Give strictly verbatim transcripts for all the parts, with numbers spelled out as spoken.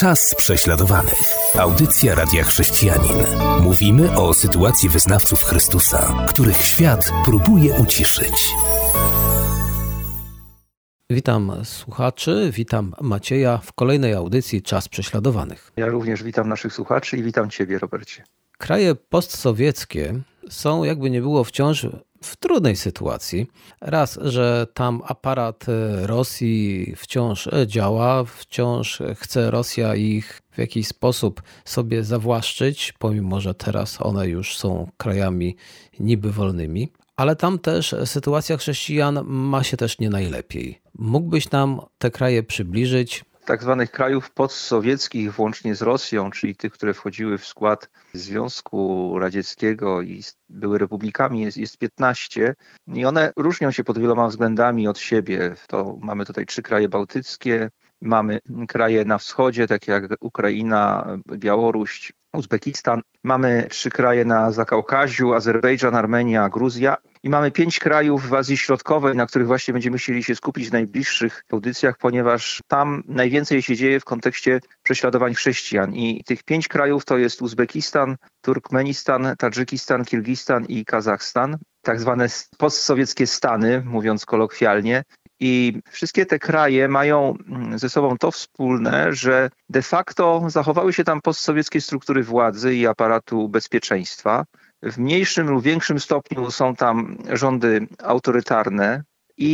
Czas prześladowanych. Audycja Radia Chrześcijanin. Mówimy o sytuacji wyznawców Chrystusa, których świat próbuje uciszyć. Witam słuchaczy, witam Macieja w kolejnej audycji Czas prześladowanych. Ja również witam naszych słuchaczy i witam Ciebie, Robercie. Kraje postsowieckie są, jakby nie było, wciąż w trudnej sytuacji. Raz, że tam aparat Rosji wciąż działa, wciąż chce Rosja ich w jakiś sposób sobie zawłaszczyć, pomimo że teraz one już są krajami niby wolnymi. Ale tam też sytuacja chrześcijan ma się też nie najlepiej. Mógłbyś nam te kraje przybliżyć? Tak zwanych krajów postsowieckich, włącznie z Rosją, czyli tych, które wchodziły w skład Związku Radzieckiego i były republikami, jest, jest piętnaście i one różnią się pod wieloma względami od siebie. To mamy tutaj trzy kraje bałtyckie, mamy kraje na wschodzie, takie jak Ukraina, Białoruś, Uzbekistan. Mamy trzy kraje na Zakaukaziu, Azerbejdżan, Armenia, Gruzja. I mamy pięć krajów w Azji Środkowej, na których właśnie będziemy chcieli się skupić w najbliższych audycjach, ponieważ tam najwięcej się dzieje w kontekście prześladowań chrześcijan. I tych pięć krajów to jest Uzbekistan, Turkmenistan, Tadżykistan, Kirgistan i Kazachstan. Tak zwane postsowieckie stany, mówiąc kolokwialnie. I wszystkie te kraje mają ze sobą to wspólne, że de facto zachowały się tam postsowieckie struktury władzy i aparatu bezpieczeństwa. W mniejszym lub większym stopniu są tam rządy autorytarne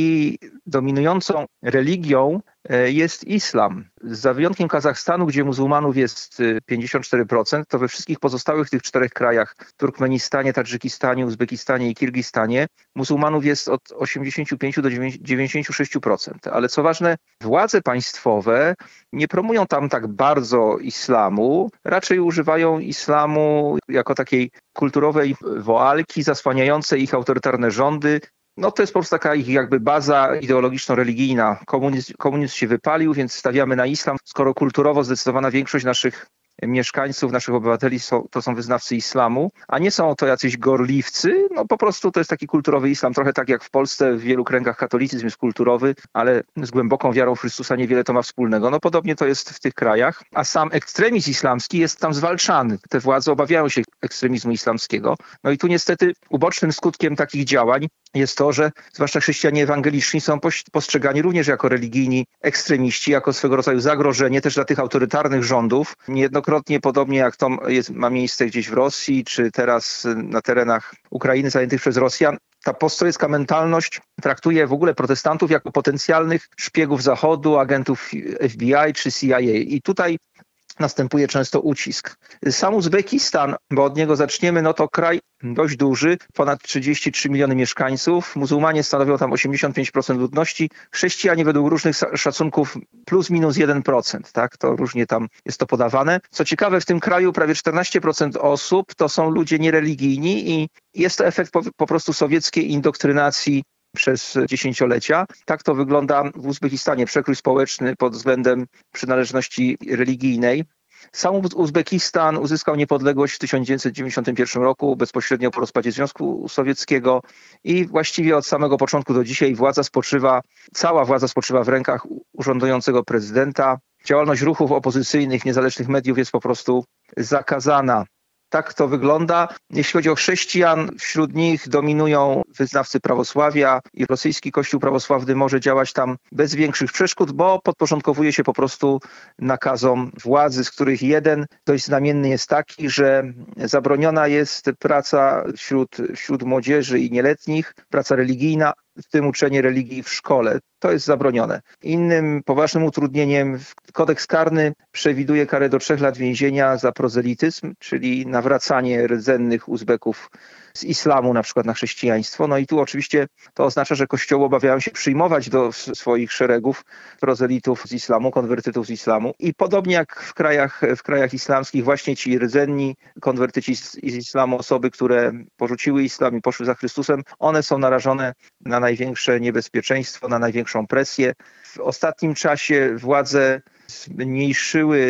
i dominującą religią jest islam. Za wyjątkiem Kazachstanu, gdzie muzułmanów jest pięćdziesiąt cztery procent, to we wszystkich pozostałych tych czterech krajach, Turkmenistanie, Tadżykistanie, Uzbekistanie i Kirgistanie, muzułmanów jest od osiemdziesiąt pięć do dziewięćdziesiąt sześć procent. Ale co ważne, władze państwowe nie promują tam tak bardzo islamu, raczej używają islamu jako takiej kulturowej woalki zasłaniającej ich autorytarne rządy. No to jest po prostu taka ich jakby baza ideologiczno-religijna. Komunizm, komunizm się wypalił, więc stawiamy na islam. Skoro kulturowo zdecydowana większość naszych mieszkańców, naszych obywateli są, to są wyznawcy islamu, a nie są to jacyś gorliwcy, no po prostu to jest taki kulturowy islam, trochę tak jak w Polsce w wielu kręgach katolicyzm jest kulturowy, ale z głęboką wiarą w Chrystusa niewiele to ma wspólnego. No podobnie to jest w tych krajach, a sam ekstremizm islamski jest tam zwalczany. Te władze obawiają się ekstremizmu islamskiego. No i tu niestety ubocznym skutkiem takich działań jest to, że zwłaszcza chrześcijanie ewangeliczni są postrzegani również jako religijni ekstremiści, jako swego rodzaju zagrożenie też dla tych autorytarnych rządów. Niejednokrotnie, podobnie jak to jest, ma miejsce gdzieś w Rosji, czy teraz na terenach Ukrainy zajętych przez Rosjan, ta postsowiecka mentalność traktuje w ogóle protestantów jako potencjalnych szpiegów Zachodu, agentów F B I czy C I A. I tutaj następuje często ucisk. Sam Uzbekistan, bo od niego zaczniemy, no to kraj dość duży, ponad trzydzieści trzy miliony mieszkańców. Muzułmanie stanowią tam osiemdziesiąt pięć procent ludności. Chrześcijanie według różnych szacunków plus minus jeden procent, tak? To różnie tam jest to podawane. Co ciekawe, w tym kraju prawie czternaście procent osób to są ludzie niereligijni i jest to efekt po, po prostu sowieckiej indoktrynacji przez dziesięciolecia. Tak to wygląda w Uzbekistanie. Przekrój społeczny pod względem przynależności religijnej. Sam Uzbekistan uzyskał niepodległość w tysiąc dziewięćset dziewięćdziesiątym pierwszym roku, bezpośrednio po rozpadzie Związku Sowieckiego i właściwie od samego początku do dzisiaj władza spoczywa, cała władza spoczywa w rękach urzędującego prezydenta. Działalność ruchów opozycyjnych, niezależnych mediów jest po prostu zakazana. Tak to wygląda. Jeśli chodzi o chrześcijan, wśród nich dominują wyznawcy prawosławia i rosyjski kościół prawosławny może działać tam bez większych przeszkód, bo podporządkowuje się po prostu nakazom władzy, z których jeden dość znamienny jest taki, że zabroniona jest praca wśród, wśród młodzieży i nieletnich, praca religijna, w tym uczenie religii w szkole. To jest zabronione. Innym poważnym utrudnieniem kodeks karny przewiduje karę do trzech lat więzienia za prozelityzm, czyli nawracanie rdzennych Uzbeków z islamu na przykład na chrześcijaństwo. No i tu oczywiście to oznacza, że kościoły obawiają się przyjmować do swoich szeregów prozelitów z islamu, konwertytów z islamu. I podobnie jak w krajach, w krajach islamskich właśnie ci rdzenni konwertyci z, z islamu, osoby, które porzuciły islam i poszły za Chrystusem, one są narażone na największe niebezpieczeństwo, na największą presję. W ostatnim czasie władze zmniejszyły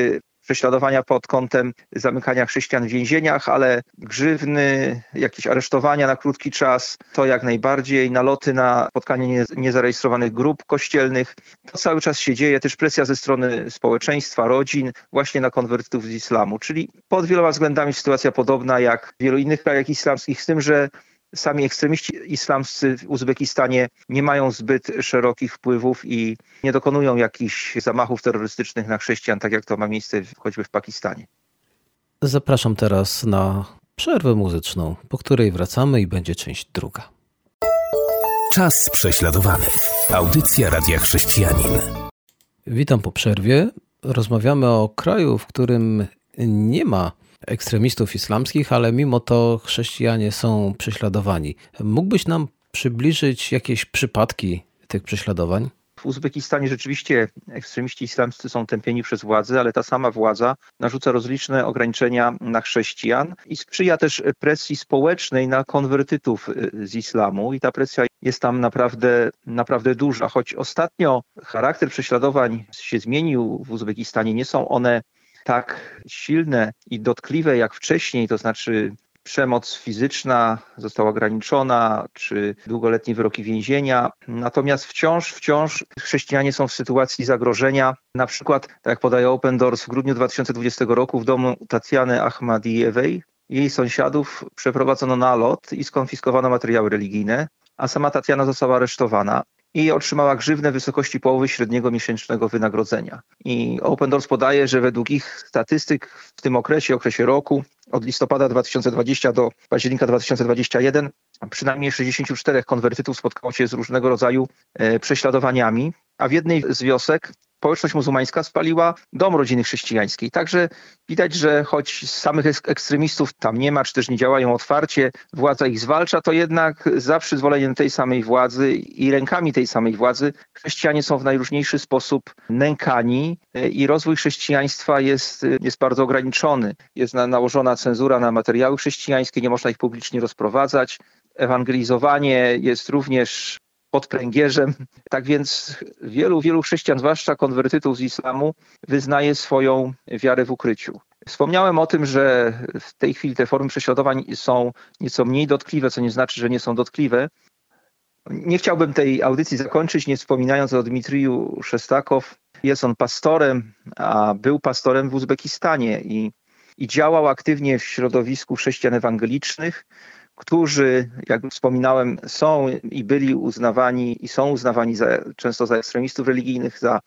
prześladowania pod kątem zamykania chrześcijan w więzieniach, ale grzywny, jakieś aresztowania na krótki czas, to jak najbardziej, naloty na spotkanie niezarejestrowanych grup kościelnych. To cały czas się dzieje, też presja ze strony społeczeństwa, rodzin, właśnie na konwertytów z islamu. Czyli pod wieloma względami sytuacja podobna jak w wielu innych krajach islamskich, z tym, że sami ekstremiści islamscy w Uzbekistanie nie mają zbyt szerokich wpływów i nie dokonują jakichś zamachów terrorystycznych na chrześcijan, tak jak to ma miejsce choćby w Pakistanie. Zapraszam teraz na przerwę muzyczną, po której wracamy i będzie część druga. Czas prześladowanych. Audycja Radia Chrześcijanin. Witam po przerwie. Rozmawiamy o kraju, w którym nie ma ekstremistów islamskich, ale mimo to chrześcijanie są prześladowani. Mógłbyś nam przybliżyć jakieś przypadki tych prześladowań? W Uzbekistanie rzeczywiście ekstremiści islamscy są tępieni przez władzę, ale ta sama władza narzuca rozliczne ograniczenia na chrześcijan i sprzyja też presji społecznej na konwertytów z islamu i ta presja jest tam naprawdę, naprawdę duża. Choć ostatnio charakter prześladowań się zmienił w Uzbekistanie, nie są one tak silne i dotkliwe jak wcześniej, to znaczy przemoc fizyczna została ograniczona, czy długoletnie wyroki więzienia. Natomiast wciąż, wciąż chrześcijanie są w sytuacji zagrożenia. Na przykład, tak jak podaje Open Doors, w grudniu dwa tysiące dwudziestego roku w domu Tatiany Ahmadijewej jej sąsiadów przeprowadzono nalot i skonfiskowano materiały religijne, a sama Tatiana została aresztowana i otrzymała grzywnę w wysokości połowy średniego miesięcznego wynagrodzenia. I Open Doors podaje, że według ich statystyk w tym okresie, okresie roku, od listopada dwa tysiące dwudziestego do października dwa tysiące dwudziestego pierwszego, przynajmniej sześćdziesięciu czterech konwertytów spotkało się z różnego rodzaju e, prześladowaniami, a w jednej z wiosek społeczność muzułmańska spaliła dom rodziny chrześcijańskiej. Także widać, że choć samych ekstremistów tam nie ma, czy też nie działają otwarcie, władza ich zwalcza, to jednak za przyzwoleniem tej samej władzy i rękami tej samej władzy chrześcijanie są w najróżniejszy sposób nękani i rozwój chrześcijaństwa jest, jest bardzo ograniczony. Jest na, nałożona cenzura na materiały chrześcijańskie, nie można ich publicznie rozprowadzać. Ewangelizowanie jest również pod pręgierzem. Tak więc wielu, wielu chrześcijan, zwłaszcza konwertytów z islamu, wyznaje swoją wiarę w ukryciu. Wspomniałem o tym, że w tej chwili te formy prześladowań są nieco mniej dotkliwe, co nie znaczy, że nie są dotkliwe. Nie chciałbym tej audycji zakończyć, nie wspominając o Dmitriju Szestakow. Jest on pastorem, a był pastorem w Uzbekistanie i, i działał aktywnie w środowisku chrześcijan ewangelicznych, którzy, jak wspominałem, są i byli uznawani i są uznawani za, często za ekstremistów religijnych, za,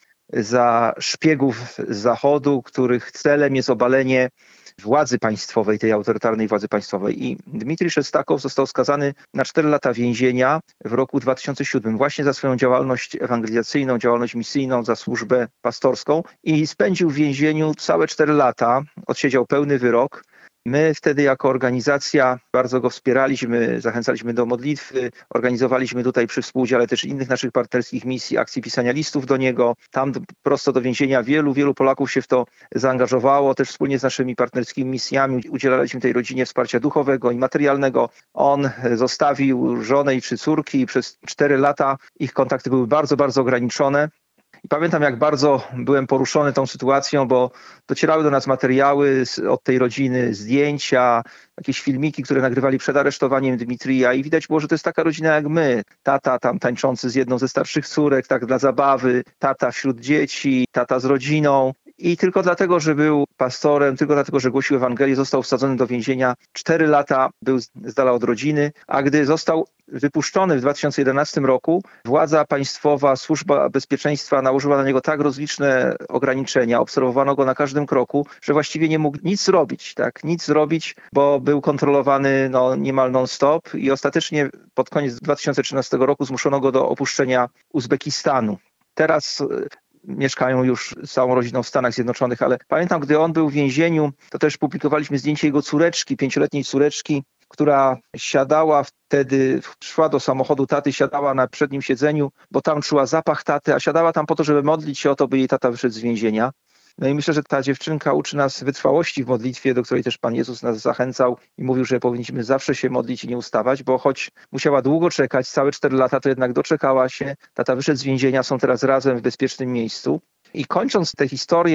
za szpiegów z Zachodu, których celem jest obalenie władzy państwowej, tej autorytarnej władzy państwowej. I Dmitrij Szestakow został skazany na cztery lata więzienia w roku dwa tysiące siódmym właśnie za swoją działalność ewangelizacyjną, działalność misyjną, za służbę pastorską i spędził w więzieniu całe cztery lata, odsiedział pełny wyrok. My wtedy jako organizacja bardzo go wspieraliśmy, zachęcaliśmy do modlitwy, organizowaliśmy tutaj przy współudziale też innych naszych partnerskich misji, akcji pisania listów do niego. Tam prosto do więzienia wielu, wielu Polaków się w to zaangażowało. Też wspólnie z naszymi partnerskimi misjami udzielaliśmy tej rodzinie wsparcia duchowego i materialnego. On zostawił żonę i trzy córki i przez cztery lata ich kontakty były bardzo, bardzo ograniczone. I pamiętam, jak bardzo byłem poruszony tą sytuacją, bo docierały do nas materiały od tej rodziny, zdjęcia, jakieś filmiki, które nagrywali przed aresztowaniem Dmitrija i widać było, że to jest taka rodzina jak my. Tata tam tańczący z jedną ze starszych córek, tak dla zabawy, tata wśród dzieci, tata z rodziną. I tylko dlatego, że był pastorem, tylko dlatego, że głosił Ewangelię, został wsadzony do więzienia. Cztery lata był z dala od rodziny, a gdy został wypuszczony w dwa tysiące jedenastym roku, władza państwowa, służba bezpieczeństwa nałożyła na niego tak rozliczne ograniczenia, obserwowano go na każdym kroku, że właściwie nie mógł nic zrobić, tak, nic zrobić, bo był kontrolowany no, niemal non-stop i ostatecznie pod koniec dwa tysiące trzynastego roku zmuszono go do opuszczenia Uzbekistanu. Teraz mieszkają już z całą rodziną w Stanach Zjednoczonych, ale pamiętam, gdy on był w więzieniu, to też publikowaliśmy zdjęcie jego córeczki, pięcioletniej córeczki, która siadała wtedy, szła do samochodu taty, siadała na przednim siedzeniu, bo tam czuła zapach taty, a siadała tam po to, żeby modlić się o to, by jej tata wyszedł z więzienia. No i myślę, że ta dziewczynka uczy nas wytrwałości w modlitwie, do której też Pan Jezus nas zachęcał i mówił, że powinniśmy zawsze się modlić i nie ustawać, bo choć musiała długo czekać, całe cztery lata, to jednak doczekała się. Tata wyszedł z więzienia, są teraz razem w bezpiecznym miejscu. I kończąc tę historię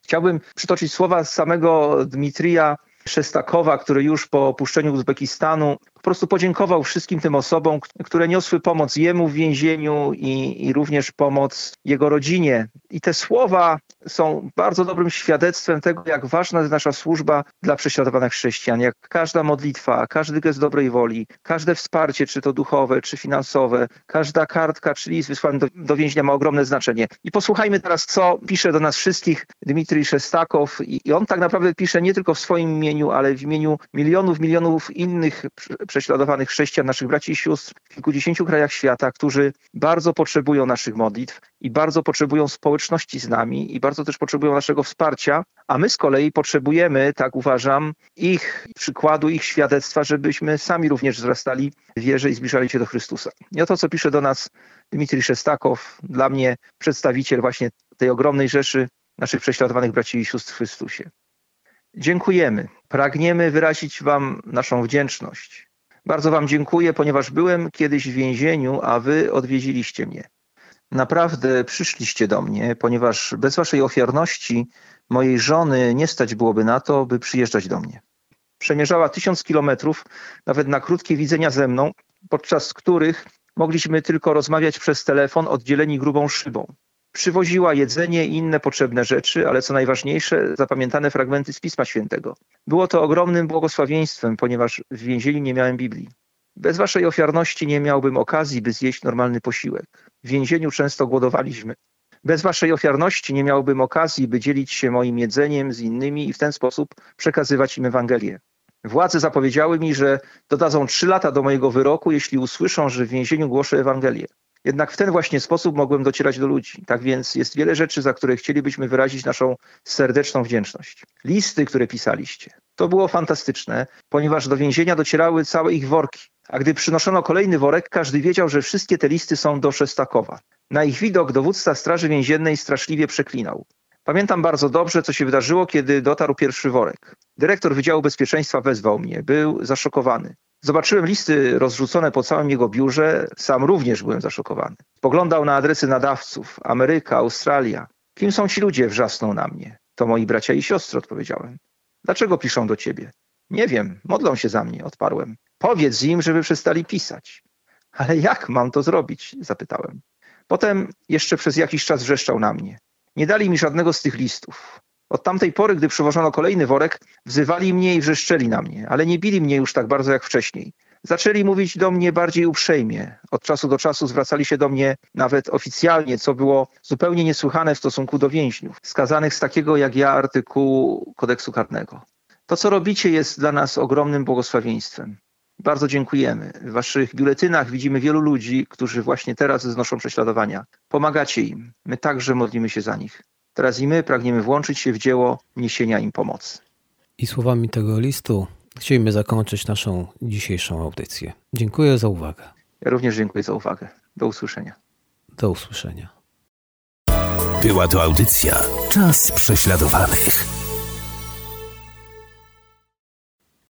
Chciałbym przytoczyć słowa z samego Dmitrija Szestakowa, który już po opuszczeniu Uzbekistanu po prostu podziękował wszystkim tym osobom, które niosły pomoc jemu w więzieniu i, i również pomoc jego rodzinie. I te słowa są bardzo dobrym świadectwem tego, jak ważna jest nasza służba dla prześladowanych chrześcijan. Jak każda modlitwa, każdy gest dobrej woli, każde wsparcie, czy to duchowe, czy finansowe, każda kartka, czy list wysłany do, do więzienia ma ogromne znaczenie. I posłuchajmy teraz, co pisze do nas wszystkich Dmitrij Szestakow. I, i on tak naprawdę pisze nie tylko w swoim imieniu, ale w imieniu milionów, milionów innych prześladowanych chrześcijan, naszych braci i sióstr w kilkudziesięciu krajach świata, którzy bardzo potrzebują naszych modlitw i bardzo potrzebują społeczności z nami i bardzo też potrzebują naszego wsparcia, a my z kolei potrzebujemy, tak uważam, ich przykładu, ich świadectwa, żebyśmy sami również wzrastali w wierze i zbliżali się do Chrystusa. I oto, co pisze do nas Dmitrij Szestakow, dla mnie przedstawiciel właśnie tej ogromnej rzeszy naszych prześladowanych braci i sióstr w Chrystusie. Dziękujemy. Pragniemy wyrazić wam naszą wdzięczność. Bardzo wam dziękuję, ponieważ byłem kiedyś w więzieniu, a wy odwiedziliście mnie. Naprawdę przyszliście do mnie, ponieważ bez waszej ofiarności mojej żony nie stać byłoby na to, by przyjeżdżać do mnie. Przemierzała tysiąc kilometrów, nawet na krótkie widzenia ze mną, podczas których mogliśmy tylko rozmawiać przez telefon, oddzieleni grubą szybą. Przywoziła jedzenie i inne potrzebne rzeczy, ale co najważniejsze, zapamiętane fragmenty z Pisma Świętego. Było to ogromnym błogosławieństwem, ponieważ w więzieniu nie miałem Biblii. Bez waszej ofiarności nie miałbym okazji, by zjeść normalny posiłek. W więzieniu często głodowaliśmy. Bez waszej ofiarności nie miałbym okazji, by dzielić się moim jedzeniem z innymi i w ten sposób przekazywać im Ewangelię. Władze zapowiedziały mi, że dodadzą trzy lata do mojego wyroku, jeśli usłyszą, że w więzieniu głoszę Ewangelię. Jednak w ten właśnie sposób mogłem docierać do ludzi. Tak więc jest wiele rzeczy, za które chcielibyśmy wyrazić naszą serdeczną wdzięczność. Listy, które pisaliście. To było fantastyczne, ponieważ do więzienia docierały całe ich worki. A gdy przynoszono kolejny worek, każdy wiedział, że wszystkie te listy są do Szestakowa. Na ich widok dowódca Straży Więziennej straszliwie przeklinał. Pamiętam bardzo dobrze, co się wydarzyło, kiedy dotarł pierwszy worek. Dyrektor Wydziału Bezpieczeństwa wezwał mnie. Był zaszokowany. Zobaczyłem listy rozrzucone po całym jego biurze. Sam również byłem zaszokowany. Spoglądał na adresy nadawców. Ameryka, Australia. Kim są ci ludzie? Wrzasnął na mnie. To moi bracia i siostry, odpowiedziałem. Dlaczego piszą do ciebie? Nie wiem, modlą się za mnie, odparłem. Powiedz im, żeby przestali pisać. Ale jak mam to zrobić? Zapytałem. Potem jeszcze przez jakiś czas wrzeszczał na mnie. Nie dali mi żadnego z tych listów. Od tamtej pory, gdy przywożono kolejny worek, wzywali mnie i wrzeszczeli na mnie, ale nie bili mnie już tak bardzo jak wcześniej. Zaczęli mówić do mnie bardziej uprzejmie. Od czasu do czasu zwracali się do mnie nawet oficjalnie, co było zupełnie niesłychane w stosunku do więźniów, skazanych z takiego jak ja artykułu kodeksu karnego. To, co robicie, jest dla nas ogromnym błogosławieństwem. Bardzo dziękujemy. W waszych biuletynach widzimy wielu ludzi, którzy właśnie teraz znoszą prześladowania. Pomagacie im. My także modlimy się za nich. Teraz i my pragniemy włączyć się w dzieło niesienia im pomocy. I słowami tego listu chcielibyśmy zakończyć naszą dzisiejszą audycję. Dziękuję za uwagę. Ja również dziękuję za uwagę. Do usłyszenia. Do usłyszenia. Była to audycja Czas prześladowanych.